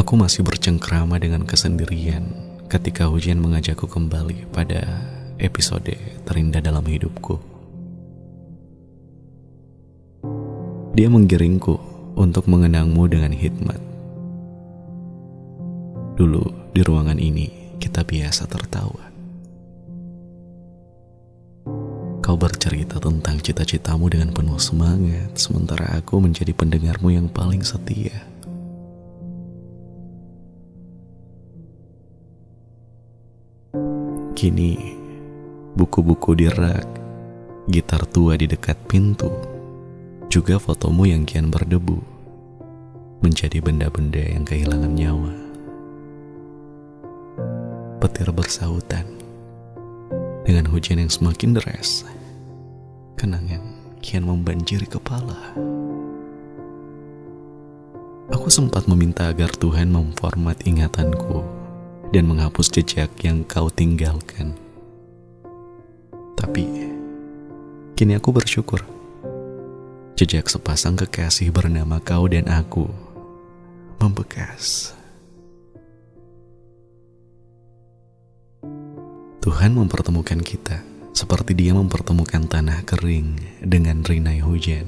Aku masih bercengkrama dengan kesendirian ketika hujan mengajakku kembali pada episode terindah dalam hidupku. Dia menggiringku untuk mengenangmu dengan hikmat. Dulu di ruangan ini kita biasa tertawa. Kau bercerita tentang cita-citamu dengan penuh semangat, sementara aku menjadi pendengarmu yang paling setia. Kini, buku-buku di rak, gitar tua di dekat pintu, juga fotomu yang kian berdebu, menjadi benda-benda yang kehilangan nyawa. Petir bersahutan dengan hujan yang semakin deras, kenangan kian membanjiri kepala. Aku sempat meminta agar Tuhan memformat ingatanku dan menghapus jejak yang kau tinggalkan. Tapi kini aku bersyukur jejak sepasang kekasih bernama kau dan aku membekas. Tuhan mempertemukan kita seperti Dia mempertemukan tanah kering dengan rinai hujan.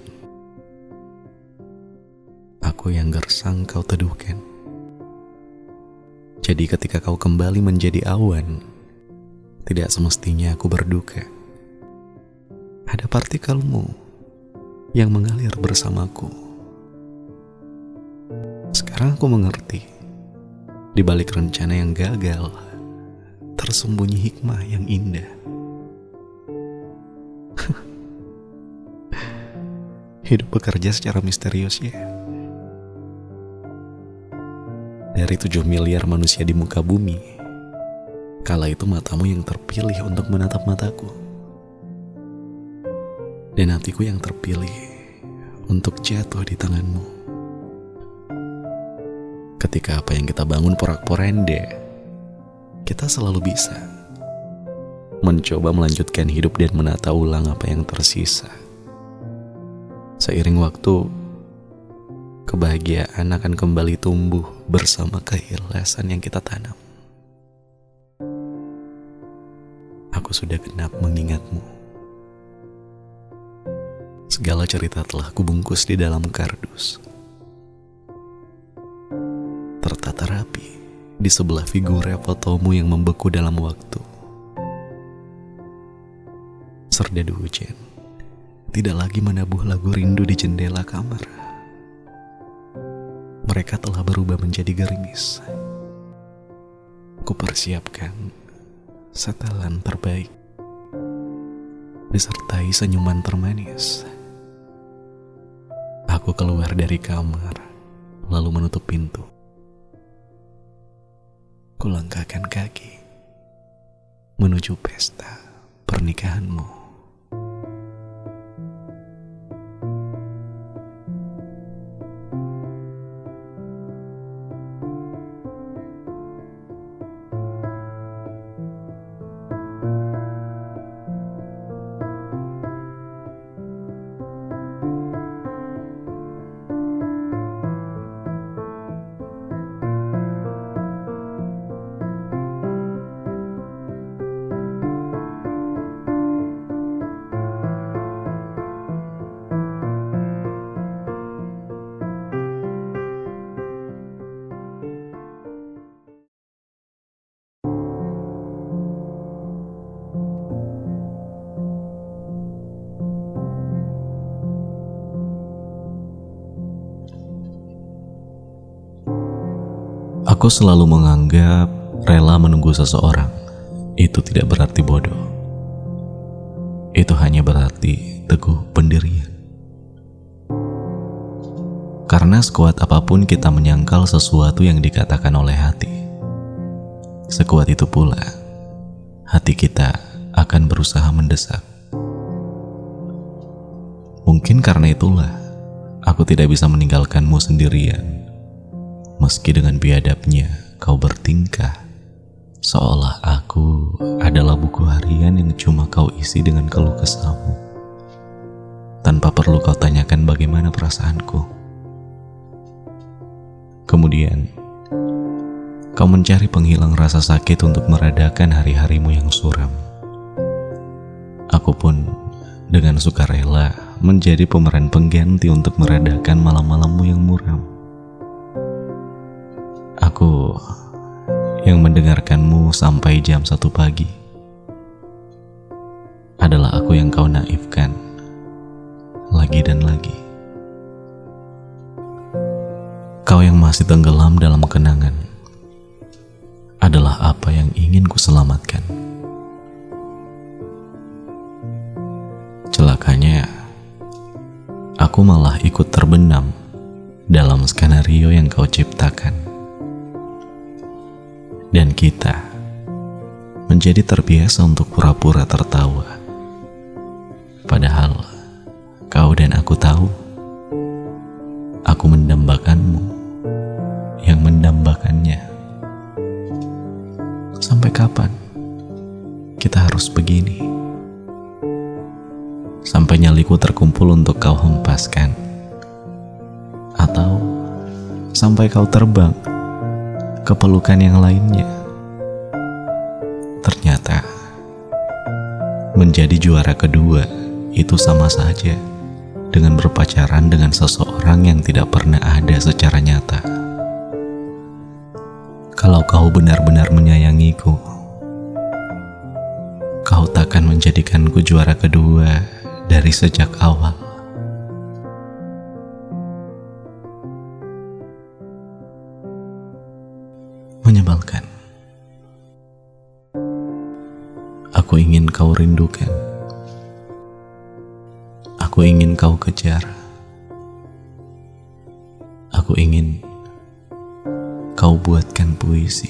Aku yang gersang kau teduhkan. Jadi ketika kau kembali menjadi awan, tidak semestinya aku berduka. Ada partikelmu yang mengalir bersamaku. Sekarang aku mengerti, di balik rencana yang gagal, tersembunyi hikmah yang indah. Hidup bekerja secara misterius ya. Dari 7 miliar manusia di muka bumi, kala itu matamu yang terpilih untuk menatap mataku, dan hatiku yang terpilih untuk jatuh di tanganmu. Ketika apa yang kita bangun porak-poranda, kita selalu bisa mencoba melanjutkan hidup dan menata ulang apa yang tersisa. Seiring waktu, kebahagiaan akan kembali tumbuh bersama keikhlasan yang kita tanam. Aku sudah genap mengingatmu. Segala cerita telah kubungkus di dalam kardus, tertata rapi di sebelah figura fotomu yang membeku dalam waktu. Serdadu hujan tidak lagi menabuh lagu rindu di jendela kamar. Mereka telah berubah menjadi gerimis. Kupersiapkan setelan terbaik disertai senyuman termanis. Aku keluar dari kamar lalu menutup pintu. Kulangkahkan kaki menuju pesta pernikahanmu. Aku selalu menganggap rela menunggu seseorang itu tidak berarti bodoh. Itu hanya berarti teguh pendirian. Karena sekuat apapun kita menyangkal sesuatu yang dikatakan oleh hati, sekuat itu pula hati kita akan berusaha mendesak. Mungkin karena itulah aku tidak bisa meninggalkanmu sendirian. Meski dengan biadabnya kau bertingkah seolah aku adalah buku harian yang cuma kau isi dengan keluh kesahmu, tanpa perlu kau tanyakan bagaimana perasaanku. Kemudian Kau mencari penghilang rasa sakit untuk meredakan hari-harimu yang suram. Aku pun dengan sukarela menjadi pemeran pengganti untuk meredakan malam-malammu yang muram. Aku yang mendengarkanmu sampai jam 1 pagi. Adalah aku yang kau naifkan lagi dan lagi. Kau yang masih tenggelam dalam kenangan adalah apa yang ingin ku selamatkan. Celakanya, aku malah ikut terbenam dalam skenario yang kau ciptakan. Dan kita menjadi terbiasa untuk pura-pura tertawa. Padahal kau dan aku tahu, aku mendambakanmu yang mendambakannya. Sampai kapan kita harus begini? Sampai nyaliku terkumpul untuk kau hempaskan? Atau sampai kau terbang ke pelukan yang lainnya? Ternyata menjadi juara kedua itu sama saja dengan berpacaran dengan seseorang yang tidak pernah ada secara nyata. Kalau kau benar-benar menyayangiku, kau takkan menjadikanku juara kedua dari sejak awal. Menyebalkan. Aku ingin kau rindukan. Aku ingin kau kejar. Aku ingin kau buatkan puisi.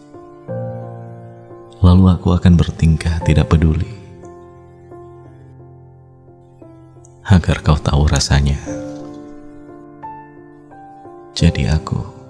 Lalu aku akan bertingkah tidak peduli, agar kau tahu rasanya. Jadi aku